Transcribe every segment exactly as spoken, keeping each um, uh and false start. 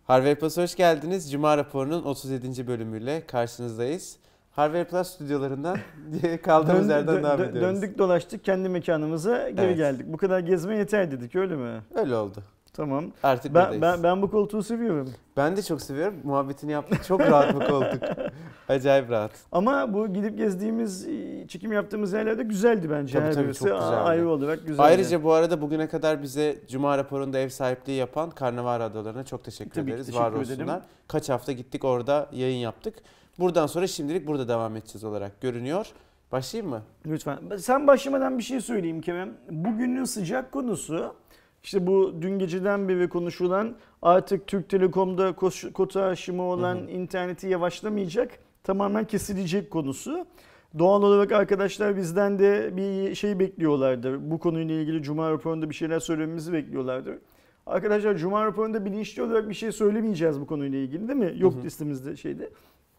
Harvard Plus hoş geldiniz. Cuma raporunun otuz yedinci bölümüyle karşınızdayız. Harvard Plus stüdyolarından kaldığımız Dön, yerden dö, devam dö, ediyoruz. Döndük dolaştık kendi mekanımıza geri Evet. geldik. Bu kadar gezme yeter dedik, öyle mi? Öyle oldu. Tamam. Artık Ben, buradayız. ben, ben bu koltuğu seviyorum. Ben de çok seviyorum. Muhabbetini yaptık. Çok rahat bu koltuk. Acayip rahat. Ama bu gidip gezdiğimiz, çekim yaptığımız yerlerde güzeldi bence. Tabii, Her tabii, birisi çok güzeldi. ayrı olarak güzeldi. Ayrıca bu arada bugüne kadar bize Cuma raporunda ev sahipliği yapan Karnaval Adaları'na çok teşekkür Tabii ki ederiz. teşekkür Var olsunlar. ederim. Kaç hafta gittik orada yayın yaptık. Buradan sonra şimdilik burada devam edeceğiz olarak görünüyor. Başlayayım mı? Lütfen. Sen başlamadan bir şey söyleyeyim Kerem. Bugünün sıcak konusu, işte bu dün geceden beri konuşulan, artık Türk Telekom'da kota aşımı olan hı hı. interneti yavaşlamayacak, tamamen kesilecek konusu. Doğal olarak arkadaşlar bizden de bir şey bekliyorlardır. Bu konuyla ilgili Cuma raporunda bir şeyler söylememizi bekliyorlardır. Arkadaşlar Cuma raporunda bilinçli olarak bir şey söylemeyeceğiz bu konuyla ilgili, değil mi? Yok hı hı. listemizde şeyde.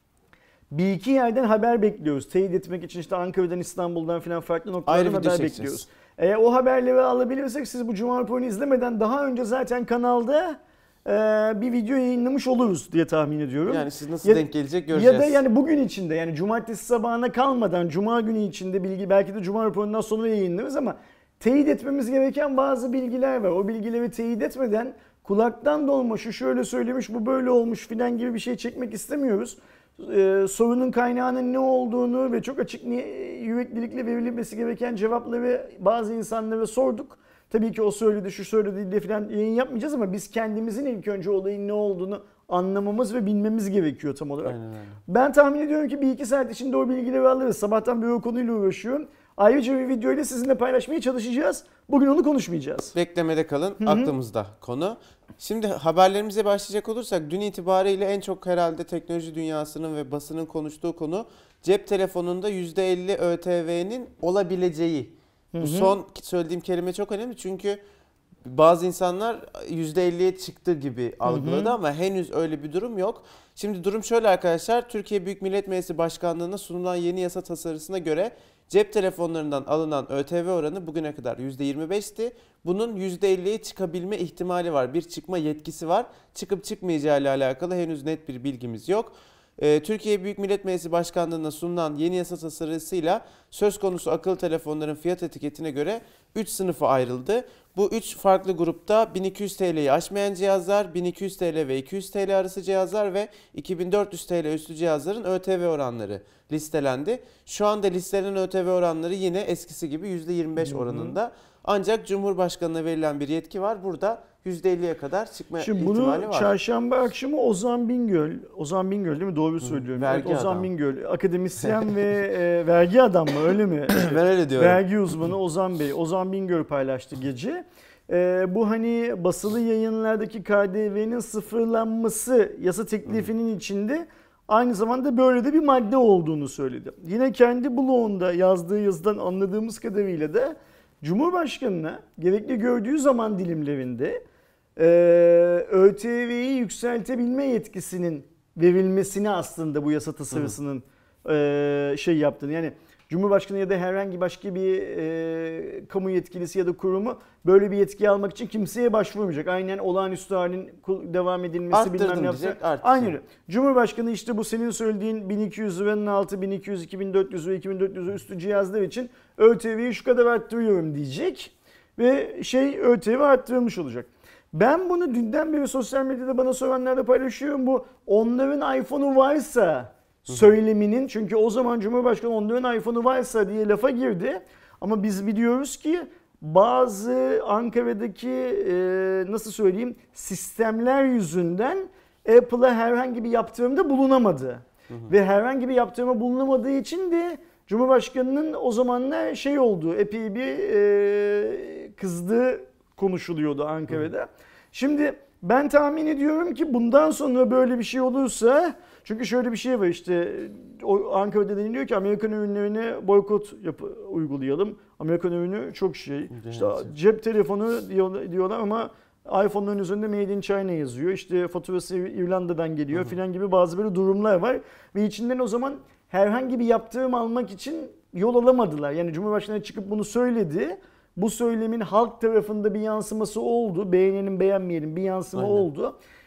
Bir iki yerden haber bekliyoruz. Teyit etmek için işte Ankara'dan, İstanbul'dan falan farklı noktalardan haber çekeceğiz. bekliyoruz. Eğer o haberleri alabilirsek siz bu Cuma raporunu izlemeden daha önce zaten kanalda e, bir video yayınlamış oluruz diye tahmin ediyorum. Yani siz nasıl ya, denk gelecek göreceğiz. Ya da yani bugün içinde, yani cumartesi sabahına kalmadan Cuma günü içinde bilgi, belki de Cuma raporundan sonra yayınlarız ama teyit etmemiz gereken bazı bilgiler var. O bilgileri teyit etmeden kulaktan dolma, şu şöyle söylemiş, bu böyle olmuş filan gibi bir şey çekmek istemiyoruz. Ee, sorunun kaynağının ne olduğunu ve çok açık yüreklilikle verilmesi gereken cevapları bazı insanlara sorduk. Tabii ki o söyledi, şu söyledi diye falan yayın yapmayacağız ama biz kendimizin ilk önce olayın ne olduğunu anlamamız ve bilmemiz gerekiyor tam olarak. Aynen öyle. Ben tahmin ediyorum ki bir iki saat içinde o bilgileri alırız. Sabahtan beri o konuyla uğraşıyorum. Ayrıca bir videoyla sizinle paylaşmaya çalışacağız. Bugün onu konuşmayacağız. Beklemede kalın. Hı hı. Aklımızda konu. Şimdi haberlerimize başlayacak olursak dün itibariyle en çok herhalde teknoloji dünyasının ve basının konuştuğu konu cep telefonunda yüzde elli ÖTV'nin olabileceği. Hı hı. Bu son söylediğim kelime çok önemli çünkü bazı insanlar yüzde elliye çıktı gibi algıladı hı hı. ama henüz öyle bir durum yok. Şimdi durum şöyle arkadaşlar. Türkiye Büyük Millet Meclisi Başkanlığı'na sunulan yeni yasa tasarısına göre cep telefonlarından alınan ÖTV oranı bugüne kadar yüzde yirmi beşti. Bunun yüzde elliye çıkabilme ihtimali var. Bir çıkma yetkisi var. Çıkıp çıkmayacağı ile alakalı henüz net bir bilgimiz yok. Ee, Türkiye Büyük Millet Meclisi Başkanlığı'na sunulan yeni yasa tasarısıyla söz konusu akıllı telefonların fiyat etiketine göre üç sınıfa ayrıldı. Bu üç farklı grupta bin iki yüz TL'yi aşmayan cihazlar, bin iki yüz TL ve iki yüz TL arası cihazlar ve iki bin dört yüz TL üstü cihazların ÖTV oranları listelendi. Şu anda listelenen ÖTV oranları yine eskisi gibi yüzde yirmi beş oranında. Ancak Cumhurbaşkanı'na verilen bir yetki var. Burada yüzde elliye kadar çıkma Şimdi ihtimali var. Şimdi bunu çarşamba akşamı Ozan Bingöl, Ozan Bingöl değil mi? Doğru söylüyorum. Vergi evet, Ozan adam. Bingöl, akademisyen ve e, vergi adam mı, öyle mi? Ben öyle diyorum. Vergi uzmanı Ozan Bey, Ozan Bingöl paylaştı gece. E, bu hani basılı yayınlardaki K D V'nin sıfırlanması yasa teklifinin hmm. içinde aynı zamanda böyle de bir madde olduğunu söyledi. Yine kendi blogunda yazdığı yazıdan anladığımız kadarıyla da Cumhurbaşkanı'na gerekli gördüğü zaman dilimlerinde ÖTV'yi yükseltebilme yetkisinin verilmesini aslında bu yasa tasarısının hı. şey yaptığını, yani Cumhurbaşkanı ya da herhangi başka bir e, kamu yetkilisi ya da kurumu böyle bir yetki almak için kimseye başvurmayacak. Aynen olağanüstü halin devam edilmesi arttırdım bilmem ne yapacak. Aynen öyle. Cumhurbaşkanı işte bu senin söylediğin bin iki yüz liranın altı, bin iki yüz, iki bin dört yüz ve iki bin dört yüz üstü cihazlar için ÖTV'yi şu kadar arttırıyorum diyecek ve şey ÖTV arttırılmış olacak. Ben bunu dünden beri sosyal medyada bana soranlarla paylaşıyorum. Bu onların iPhone'u varsa söyleminin, çünkü o zaman Cumhurbaşkanı onların iPhone'u varsa diye lafa girdi. Ama biz biliyoruz ki bazı Ankara'daki e, nasıl söyleyeyim sistemler yüzünden Apple'a herhangi bir yaptırımda bulunamadı. Hı hı. Ve herhangi bir yaptırıma bulunamadığı için de Cumhurbaşkanı'nın o zamanlar şey oldu, epey bir e, kızdığı konuşuluyordu Ankara'da. Hı. Şimdi ben tahmin ediyorum ki bundan sonra böyle bir şey olursa, çünkü şöyle bir şey var işte Ankara'da deniliyor ki Amerikan ürünlerine boykot yapı, uygulayalım. Amerikan ürünü çok şey. İşte cep telefonu diyorlar ama iPhone'ların üzerinde Made in China yazıyor. İşte faturası İrlanda'dan geliyor filan gibi bazı böyle durumlar var. Ve içinden o zaman herhangi bir yaptırım almak için yol alamadılar. Yani Cumhurbaşkanı çıkıp bunu söyledi. Bu söylemin halk tarafında bir yansıması oldu. Beğenelim beğenmeyelim bir yansıma Aynen. oldu.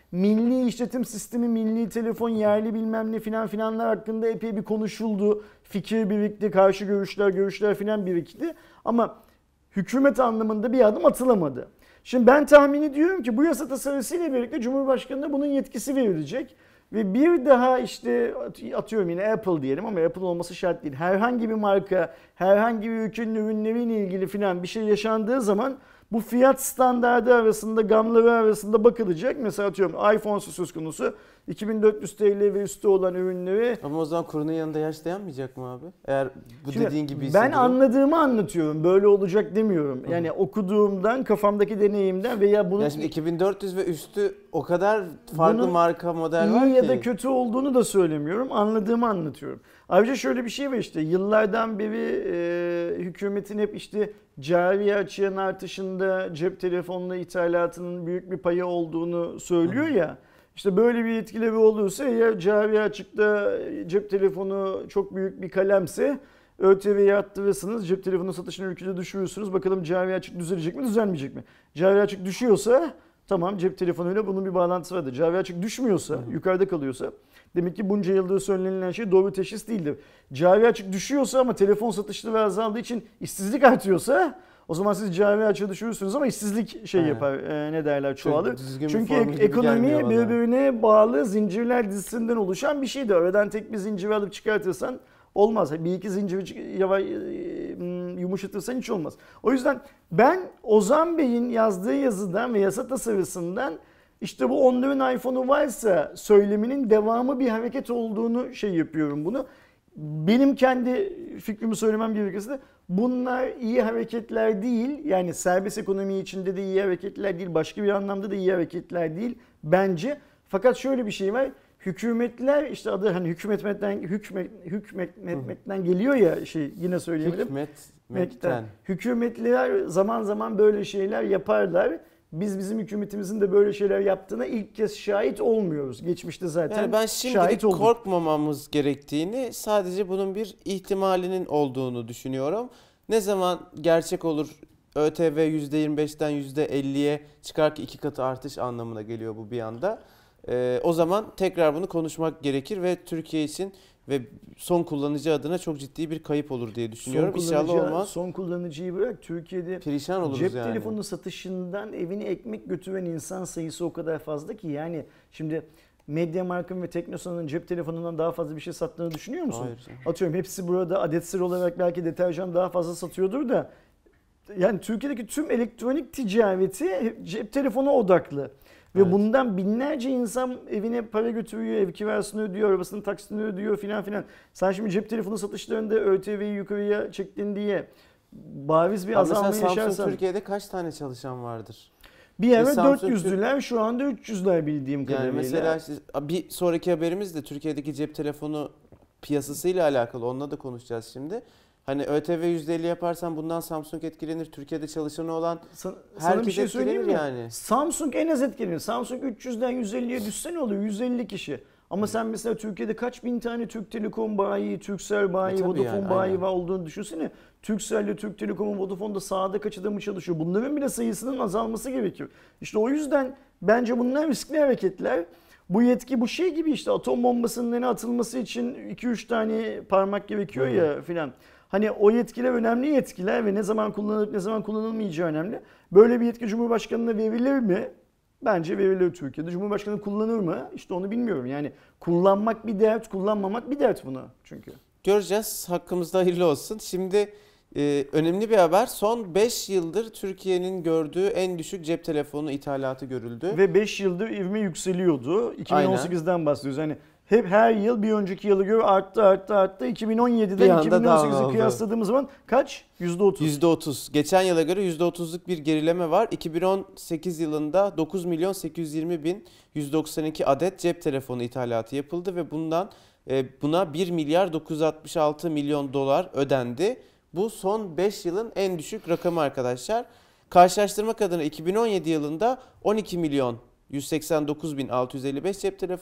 milli işletim sistemi, milli telefon, yerli bilmem ne filan filanlar hakkında epey bir konuşuldu. Fikir birikti, karşı görüşler, görüşler filan birikti. Ama hükümet anlamında bir adım atılamadı. Şimdi ben tahmin ediyorum ki bu yasa tasarısıyla birlikte Cumhurbaşkanı'na bunun yetkisi verilecek. Ve bir daha işte atıyorum yine Apple diyelim ama Apple olması şart değil. Herhangi bir marka, herhangi bir ülkenin ürünleriyle ilgili filan bir şey yaşandığı zaman bu fiyat standardı arasında, gamları arasında bakılacak. Mesela atıyorum iPhone söz konusu iki bin dört yüz TL ve üstü olan ürünleri. Ama o zaman kurunun yanında yaş dayanmayacak mı abi? Eğer bu Şimdi dediğin gibi ben anladığımı anlatıyorum. Böyle olacak demiyorum. Yani Hı. okuduğumdan, kafamdaki deneyimden veya bunun... Ya şimdi iki bin dört yüz ve üstü o kadar farklı marka model var ki. İyi ya da kötü olduğunu da söylemiyorum. Anladığımı anlatıyorum. Ayrıca şöyle bir şey var işte. Yıllardan beri e, hükümetin hep işte cari açığın artışında cep telefonla ithalatının büyük bir payı olduğunu söylüyor Hı. ya. İşte böyle bir etkileri olursa ya cari açıkta cep telefonu çok büyük bir kalemse ÖTV'yi arttırırsınız, cep telefonu satışını ülkede düşürürsünüz. Bakalım cari açık düzelecek mi, düzelmeyecek mi? Cari açık düşüyorsa tamam, cep telefonuyla bunun bir bağlantısı vardır. Cari açık düşmüyorsa, Hı. yukarıda kalıyorsa demek ki bunca yıldır söylenilen şey doğru teşhis değildir. Cari açık düşüyorsa ama telefon satışları azaldığı için işsizlik artıyorsa o zaman siz cari açığı düşürürsünüz ama işsizlik şey yapar, e, ne derler, çoğalır. Çünkü ekonomi birbirine bağlı zincirler dizisinden oluşan bir şeydir. Aradan tek bir zinciri alıp çıkartırsan olmaz. Bir iki zinciri yavaş, yumuşatırsan hiç olmaz. O yüzden ben Ozan Bey'in yazdığı yazıdan ve yasa tasarısından işte bu onların iPhone'u varsa söyleminin devamı bir hareket olduğunu şey yapıyorum bunu. Benim kendi fikrimi söylemem gerekirse de bunlar iyi hareketler değil. Yani serbest ekonomi içinde de iyi hareketler değil. Başka bir anlamda da iyi hareketler değil bence. Fakat şöyle bir şey var. Hükümetler işte adı hani hükmetmekten hükmet hükmetmekten geliyor ya şey yine söyleyebilirim. Hükmetmekten. Hükümetler zaman zaman böyle şeyler yaparlar. Biz bizim hükümetimizin de böyle şeyler yaptığına ilk kez şahit olmuyoruz. Geçmişte zaten yani ben şimdilik korkmamamız gerektiğini, sadece bunun bir ihtimalinin olduğunu düşünüyorum. Ne zaman gerçek olur, ÖTV yüzde yirmi beşten yüzde elliye çıkar ki iki katı artış anlamına geliyor bu bir anda. Ee, o zaman tekrar bunu konuşmak gerekir ve Türkiye için ve son kullanıcı adına çok ciddi bir kayıp olur diye düşünüyorum. İnşallah olmaz. Son kullanıcıyı bırak, Türkiye'de perişan oluruz cep yani. telefonu satışından evine ekmek götüren insan sayısı o kadar fazla ki yani şimdi MediaMarkt'ın ve Teknosa'nın cep telefonundan daha fazla bir şey sattığını düşünüyor musun? Hayır. Atıyorum hepsi burada adet sır olarak belki deterjan daha fazla satıyordur da yani Türkiye'deki tüm elektronik ticareti cep telefonu odaklı. Ve evet. bundan binlerce insan evine para götürüyor, ev kirasını ödüyor, arabasının taksitini ödüyor filan filan. Sen şimdi cep telefonu satışlarında ÖTV'yi yukarıya çektin diye bariz bir azalma yaşarsan. Samsung Türkiye'de kaç tane çalışan vardır? Bir ara dört yüzlüler, şu anda üç yüzler bildiğim kadarıyla. Yani mesela işte bir sonraki haberimiz de Türkiye'deki cep telefonu piyasasıyla alakalı. Onunla da konuşacağız şimdi. Hani ÖTV yüzde elli yaparsan bundan Samsung etkilenir. Türkiye'de çalışanı olan sana, herkes sana bir şey etkilenir mi? yani. Samsung en az etkilenir. Samsung üç yüzden yüz elliye düşse ne oluyor? yüz elli kişi. Ama sen mesela Türkiye'de kaç bin tane Türk Telekom bayi, Turkcell bayi, e Vodafone yani, bayi var olduğunu düşünsene. Turkcell ile Türk Telekom'un Vodafone'da sahada kaç adamı çalışıyor? Bunların bile sayısının azalması gerekiyor. İşte o yüzden bence bunlar riskli hareketler. Bu yetki bu şey gibi işte atom bombasının atılması için iki üç tane parmak gerekiyor hmm. ya filan. Hani o yetkiler önemli yetkiler ve ne zaman kullanılıp ne zaman kullanılmayacağı önemli. Böyle bir yetki Cumhurbaşkanı'na verilir mi? Bence verilir Türkiye'de. Cumhurbaşkanı kullanır mı? İşte onu bilmiyorum. Yani kullanmak bir dert, kullanmamak bir dert bunu çünkü. Göreceğiz. Hakkımızda hayırlı olsun. Şimdi e, önemli bir haber. Son beş yıldır Türkiye'nin gördüğü en düşük cep telefonu ithalatı görüldü. Ve beş yıldır ivme yükseliyordu. iki bin on sekizden bahsediyoruz. Hani hep her yıl bir önceki yıla göre arttı arttı arttı. iki bin on yediden iki bin on sekizi kıyasladığımız zaman kaç? yüzde otuz. yüzde otuz. Geçen yıla göre yüzde otuzluk bir gerileme var. iki bin on sekiz yılında dokuz milyon sekiz yüz yirmi bin yüz doksan iki adet cep telefonu ithalatı yapıldı ve bundan buna bir milyar dokuz yüz altmış altı milyon dolar ödendi. Bu son beş yılın en düşük rakamı arkadaşlar. Karşılaştırmak adına iki bin on yedi yılında on iki milyon yüz seksen dokuz bin altı yüz elli beş cep telefonu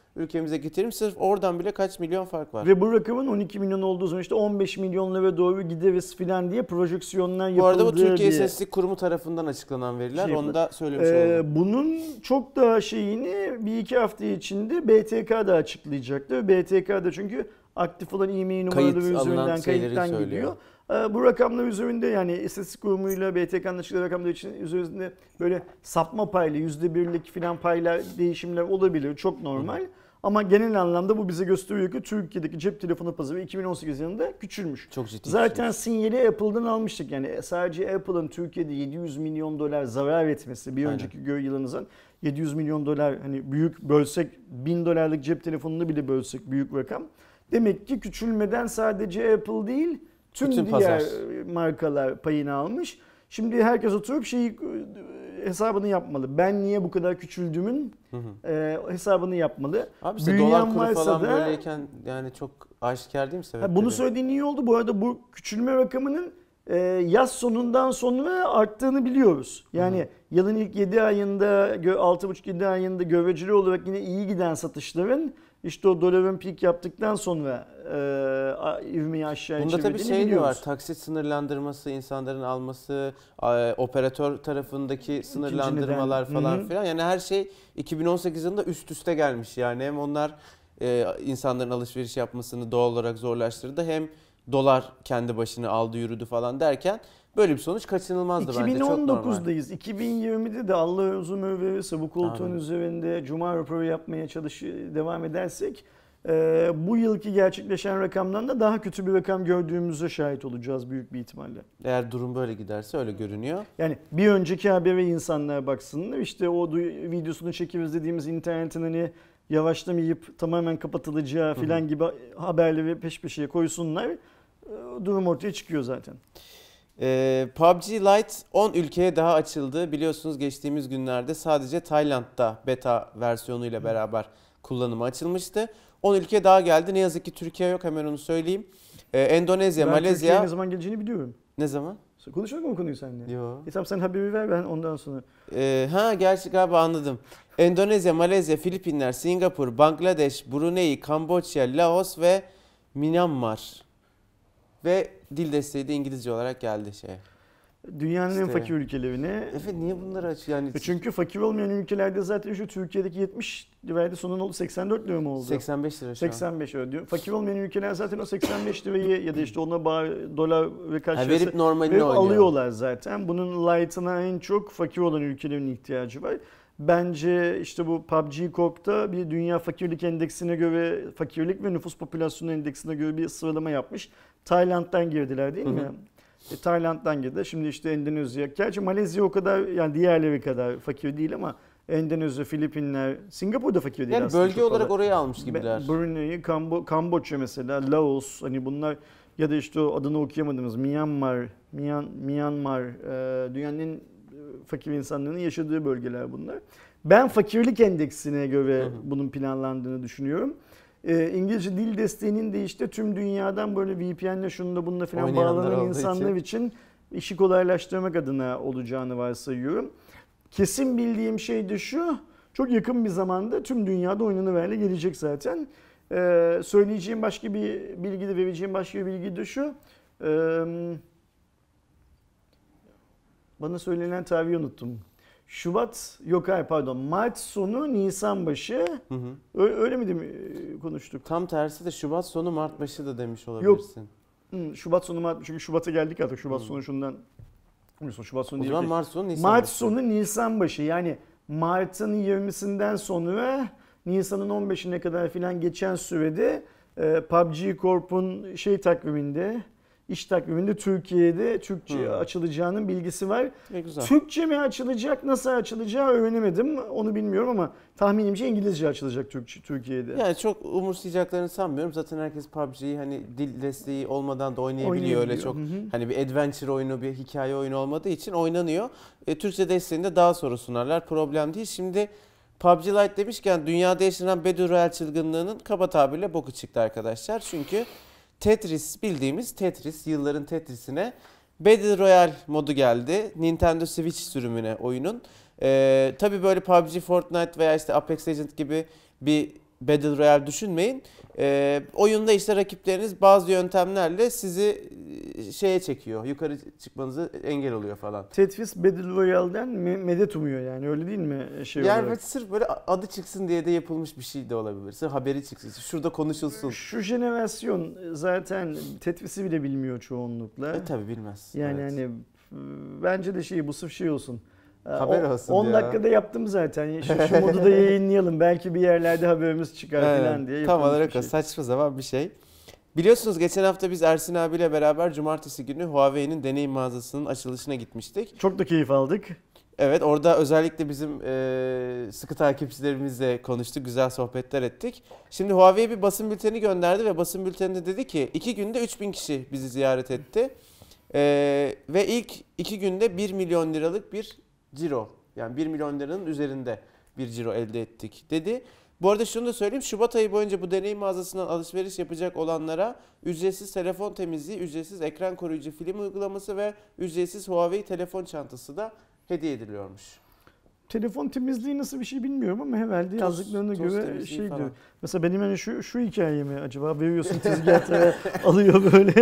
ülkemize getirelim. Sırf oradan bile kaç milyon fark var. Ve bu rakamın on iki milyon olduğu zaman işte on beş milyonlara doğru gideriz filan diye projeksiyonlar yapıldığı. Bu arada bu Türkiye diye. İstatistik Kurumu tarafından açıklanan veriler. Şey, Onu da söylemiş ee, olalım. Bunun çok daha şeyini bir iki hafta içinde B T K'da açıklayacaktır. B T K'da çünkü aktif olan e-mail numaraları üzerinden kayıttan gidiyor. Bu rakamlar üzerinde yani İstatistik Kurumu'yla B T K'nın açıkladığı rakamlar için üzerinde böyle sapma paylı yüzde birlik filan paylar değişimler olabilir. Çok normal. Hı. Ama genel anlamda bu bize gösteriyor ki Türkiye'deki cep telefonu pazarı iki bin on sekiz yılında küçülmüş. Çok ciddi. Zaten küçülmüş. sinyali Apple'dan almıştık. Yani sadece Apple'ın Türkiye'de yedi yüz milyon dolar zarar etmesi bir önceki yılınızın yedi yüz milyon dolar hani büyük bölsek bin dolarlık cep telefonunu bile bölsek büyük rakam. Demek ki küçülmeden sadece Apple değil tüm bütün diğer pazar. markalar payını almış. Şimdi herkes oturup şeyi hesabını yapmalı. Ben niye bu kadar küçüldüğümün hı hı. E, hesabını yapmalı. Abi işte dolar kuru falan da, böyleyken yani çok aşikar değil mi sebepleri? Bunu söylediğin iyi oldu. Bu arada bu küçülme rakamının e, yaz sonundan sonra arttığını biliyoruz. Yani hı hı. yılın ilk yedi ayında, altı buçuk yedi ayında göreceli olarak yine iyi giden satışların işte o doların peak yaptıktan sonra e, ivmeyi aşağıya Bunda çevirdiğini tabii şey biliyoruz. de var. Taksit sınırlandırması, insanların alması, e, operatör tarafındaki sınırlandırmalar falan Hı-hı. filan. Yani her şey iki bin on sekiz yılında üst üste gelmiş. Yani hem onlar e, insanların alışveriş yapmasını doğal olarak zorlaştırdı. Hem dolar kendi başını aldı yürüdü falan derken böyle bir sonuç kaçınılmazdı bence. iki bin on dokuzdayız. Çok normal. iki bin yirmide de Allah uzun ömür verirse bu koltuğun Amin. Üzerinde Cuma raporu yapmaya çalış devam edersek e, bu yılki gerçekleşen rakamdan da daha kötü bir rakam gördüğümüze şahit olacağız büyük bir ihtimalle. Eğer durum böyle giderse öyle görünüyor. Yani bir önceki habere insanlar baksınlar. İşte o videosunu çekeriz dediğimiz internetin hani yavaşlamayıp tamamen kapatılacağı filan gibi haberleri peş peşeye koysunlar. Durum ortaya çıkıyor zaten. Ee, P U B G Lite on ülkeye daha açıldı. Biliyorsunuz geçtiğimiz günlerde sadece Tayland'da beta versiyonuyla beraber kullanıma açılmıştı. on ülke daha geldi. Ne yazık ki Türkiye yok, hemen onu söyleyeyim. Ee, Endonezya, ben Malezya... Türkiye'ye ne zaman geleceğini biliyorum. Ne zaman? Konuşalım mı konuyu seninle? Yok. E tamam sen haberi ver ben ondan sonra. Ee, ha gerçi galiba anladım. Endonezya, Malezya, Filipinler, Singapur, Bangladeş, Brunei, Kamboçya, Laos ve Myanmar. Ve dil desteği de İngilizce olarak geldi şey. Dünyanın işte, en fakir ülkelerine. Evet, niye bunları açıyor yani? Çünkü fakir olmayan ülkelerde zaten şu Türkiye'deki yetmiş liraydı, sonun oldu seksen dört lira mı oldu? seksen beş lira şu seksen beş lira diyor. Fakir olmayan ülkeler zaten o seksen beş lirayı ya da işte ona bağ, dolar ve karşılığı verip normalini verip oynuyor. Alıyorlar zaten. Bunun light'ına en çok fakir olan ülkelerin ihtiyacı var. Bence işte bu P U B G Corp'ta bir dünya fakirlik endeksine göre, fakirlik ve nüfus popülasyonu endeksine göre bir sıralama yapmış. Tayland'dan girdiler değil mi? Hı hı. E, Tayland'dan girdi. Şimdi işte Endonezya. Gerçi Malezya o kadar yani diğerleri kadar fakir değil ama Endonezya, Filipinler, Singapur da fakir değil yani aslında. Yani bölge olarak orayı almış gibiler. Brunei, Kambo Kamboçya mesela, Laos hani bunlar ya da işte o adını okuyamadığımız Myanmar, Myan, Myanmar e, dünyanın en fakir insanların yaşadığı bölgeler bunlar. Ben fakirlik endeksine göre hı hı. bunun planlandığını düşünüyorum. E, İngilizce dil desteğinin de işte tüm dünyadan böyle V P N'le şununla bununla falan bağlanan insanlar için. için işi kolaylaştırmak adına olacağını varsayıyorum. Kesin bildiğim şey de şu, çok yakın bir zamanda tüm dünyada oynanıverle gelecek zaten. Ee, söyleyeceğim başka bir bilgi de vereceğim başka bir bilgi de şu. Ee, bana söylenen tarihi unuttum. Şubat, yok hayır pardon, Mart sonu Nisan başı, hı hı. Öyle, öyle mi değil mi konuştuk? Tam tersi de Şubat sonu Mart başı da demiş olabilirsin. Yok, Şubat sonu Mart, çünkü Şubat'a geldik artık, Şubat hı. sonu şundan. Şubat sonu o değil zaman ki. Mart sonu Nisan Mart başı. sonu Nisan başı, yani Mart'ın yirmisinden sonra Nisan'ın on beşine kadar filan geçen sürede e, P U B G Corp'un şey takviminde, iş takviminde Türkiye'de Türkçe hmm. açılacağının bilgisi var. Ne güzel. Türkçe mi açılacak, nasıl açılacağı öğrenemedim. Onu bilmiyorum ama tahminimce İngilizce açılacak Türkçe, Türkiye'de. Yani çok umursayacaklarını sanmıyorum. Zaten herkes P U B G'yi hani dil desteği olmadan da oynayabiliyor. Öyle çok hı hı. hani bir adventure oyunu, bir hikaye oyunu olmadığı için oynanıyor. E, Türkçe desteğini de daha sonra sunarlar. Problem değil. Şimdi P U B G Lite demişken dünyada yaşanan Battle Royale çılgınlığının kaba tabirle boku çıktı arkadaşlar. Çünkü Tetris, bildiğimiz Tetris, yılların Tetris'ine Battle Royale modu geldi. Nintendo Switch sürümüne oyunun. Ee, tabii böyle P U B G, Fortnite veya işte Apex Legends gibi bir Battle Royale düşünmeyin. Ee, oyunda işte rakipleriniz bazı yöntemlerle sizi şeye çekiyor. Yukarı çıkmanızı engel oluyor falan. Tetris Battle Royale'den me- medet umuyor yani, öyle değil mi? Şey Yani olarak. sırf böyle adı çıksın diye de yapılmış bir şey de olabilir. Sırf haberi çıksın. Şurada konuşulsun. Şu jenerasyon zaten Tetris'i bile bilmiyor çoğunlukla. E tabi bilmez. Yani evet. hani bence de şey, bu sırf şey olsun. Haber olsun on ya. dakikada yaptım zaten. Şu, şu modu da yayınlayalım. Belki bir yerlerde haberimiz çıkar Evet, falan diye. tam yapılmış olarak bir şey. saçma sapan bir şey. Biliyorsunuz geçen hafta biz Ersin abiyle beraber cumartesi günü Huawei'nin deneyim mağazasının açılışına gitmiştik. Çok da keyif aldık. Evet, orada özellikle bizim e, sıkı takipçilerimizle konuştuk, güzel sohbetler ettik. Şimdi Huawei bir basın bülteni gönderdi ve basın bülteninde dedi ki iki günde üç bin kişi bizi ziyaret etti. E, ve ilk iki günde bir milyon liralık bir ciro, yani bir milyon liranın üzerinde bir ciro elde ettik dedi. Bu arada şunu da söyleyeyim, Şubat ayı boyunca bu deneyim mağazasından alışveriş yapacak olanlara ücretsiz telefon temizliği, ücretsiz ekran koruyucu film uygulaması ve ücretsiz Huawei telefon çantası da hediye ediliyormuş. Telefon temizliği nasıl bir şey bilmiyorum ama herhalde Toz, yazdıklarına toz göre şey falan. diyor. Mesela benim hani şu şu hikayemi acaba veriyorsun tezgahlara alıyor böyle.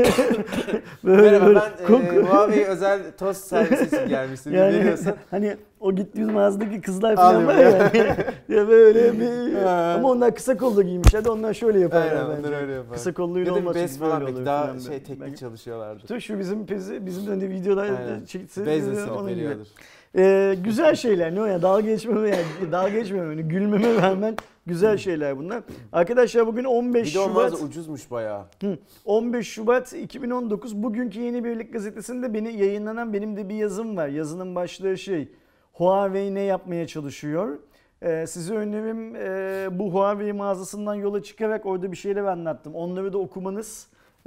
böyle Merhaba, böyle ben koku- e, Huawei özel toz servisi için gelmiştim. Yani Veriyorsan. hani o gittiğimiz mağazadaki kızlar falan Alayım. var ya. Yani, ya böyle bir, Ha. ama onlar kısa kollu giymişler de onlar şöyle yaparlar Aynen, bence. onlar öyle yapar. Kısa kolluyla Ya da olmaz. bez çünkü falan böyle belki oluyor daha falan şey böyle. teknik Belki- çalışıyorlardı. İşte şu bizim pezi, bizim de hani videolar Aynen. çekse Bezle silip onun gibi. veriyordur. Ee, güzel şeyler ne o ya, dalga geçmeme yani dalga geçmeme hani gülmeme rağmen güzel şeyler bunlar. Arkadaşlar bugün on beş Bir de o Şubat mağaza ucuzmuş bayağı. Hı, on beş Şubat iki bin on dokuz. Bugünkü Yeni Birlik gazetesinde beni yayınlanan benim de bir yazım var. Yazının başlığı şey, Huawei ne yapmaya çalışıyor? Ee, size önerim e, bu Huawei mağazasından yola çıkarak orada bir şeyler anlattım. Onları da okumanız.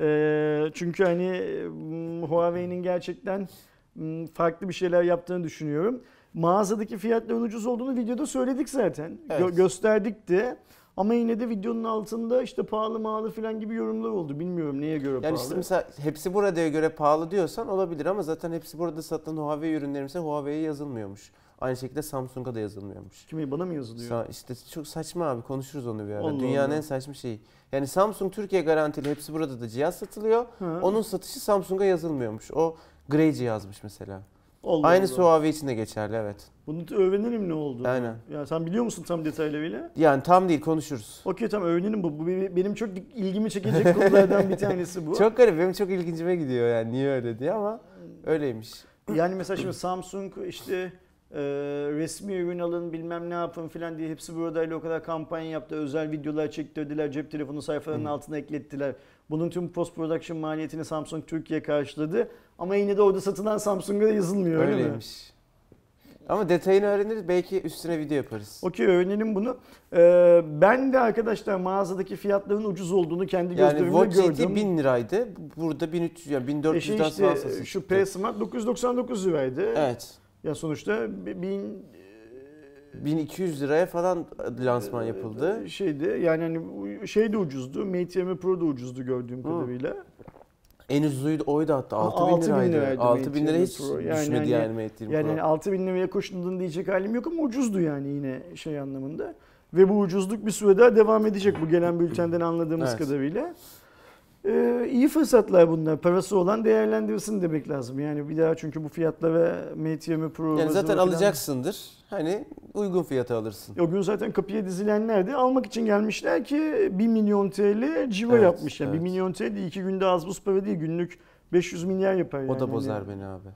E, çünkü hani m, Huawei'nin gerçekten m, farklı bir şeyler yaptığını düşünüyorum. Mağazadaki fiyatların ucuz olduğunu videoda söyledik zaten. Evet. Gö- gösterdik de. Ama yine de videonun altında işte pahalı mağalı falan gibi yorumlar oldu. Bilmiyorum neye göre Yani pahalı. işte mesela hepsi burada'ya göre pahalı diyorsan olabilir ama zaten hepsi burada satılan Huawei ürünleri mesela Huawei'ye yazılmıyormuş. Aynı şekilde Samsung'a da yazılmıyormuş. Kime, bana mı yazılıyor? Sa- işte çok saçma abi, konuşuruz onu bir ara. Allah Dünyanın Allah. en saçma şeyi. Yani Samsung Türkiye garantili, hepsi burada da cihaz satılıyor. Ha. Onun satışı Samsung'a yazılmıyormuş. O Grey cihazmış mesela. Allah Aynısı Allah. Huawei için de geçerli, evet. Bunu öğrenelim ne oldu? Aynen. Ya sen biliyor musun tam detaylarıyla? Yani tam değil, konuşuruz. Okey tamam, öğrenelim bu. Bu benim çok ilgimi çekecek konulardan bir tanesi bu. Çok garip, benim çok ilgincime gidiyor yani niye öyle diye ama öyleymiş. Yani mesela şimdi Samsung işte e, resmi ürün alın bilmem ne yapın filan diye hepsi buradayla o kadar kampanya yaptı. Özel videolar çektirdiler. Cep telefonu sayfalarının Hı. altına eklettiler. Bunun tüm post production maliyetini Samsung Türkiye karşıladı. Ama yine de orada satılan Samsung'a da yazılmıyor öyle mi? Öyleymiş. Ama detayını öğreniriz, belki üstüne video yaparız. Okey, öğrenelim bunu. Ee, ben de arkadaşlar mağazadaki fiyatların ucuz olduğunu kendi Yani gözlerimle Watch G T gördüm. bin liraydı. Burada bin üç yüz, yani bin dört E şey yüzden işte, fazlası. şu P Smart dokuz yüz doksan dokuz liraydı. Evet. Ya sonuçta bin bin iki yüz liraya falan lansman yapıldı. şeydi yani hani şey de ucuzdu. Mate yirmi Pro da ucuzdu gördüğüm kadarıyla. En ucuzuydu oydu hatta, altı bin altı bin liraydı. liraydı altı bin Mate lira yirmi hiç Pro. Yani düşmedi hani- yani Mate yirmi Yani Pro. hani altı bin liraya koştuğundan diyecek halim yok ama ucuzdu yani yine şey anlamında. Ve bu ucuzluk bir süre daha devam edecek bu gelen bültenden anladığımız Evet. kadarıyla. Ee, iyi fırsatlar bunlar. Parası olan değerlendirsin demek lazım. Yani bir daha çünkü bu fiyatlara Mate yirmi Pro Yani zaten falan- alacaksındır. Hani uygun fiyata alırsın. O gün zaten kapıya dizilenler de almak için gelmişler ki bir milyon T L civo Evet, yapmış. Yani evet. bir milyon T L de iki günde az buz para değil. Günlük beş yüz milyar yapar yani. O da bozar Hani beni abi.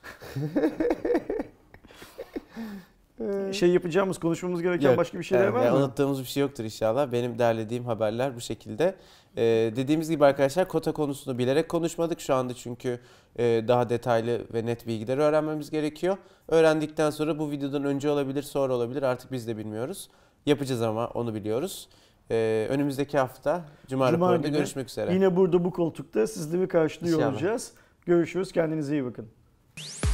Şey yapacağımız, konuşmamız gereken Yok, başka bir şeyler evet, var yani mı? unuttuğumuz bir şey yoktur inşallah. Benim derlediğim haberler bu şekilde. Ee, dediğimiz gibi arkadaşlar, kota konusunu bilerek konuşmadık şu anda çünkü e, daha detaylı ve net bilgileri öğrenmemiz gerekiyor. Öğrendikten sonra bu videodan önce olabilir, sonra olabilir, artık biz de bilmiyoruz. Yapacağız ama onu biliyoruz. Ee, önümüzdeki hafta Cuma, Cuma raporunda günü görüşmek üzere. Yine burada bu koltukta sizleri karşılıyor İnşallah. olacağız. Görüşürüz. Kendinize iyi bakın.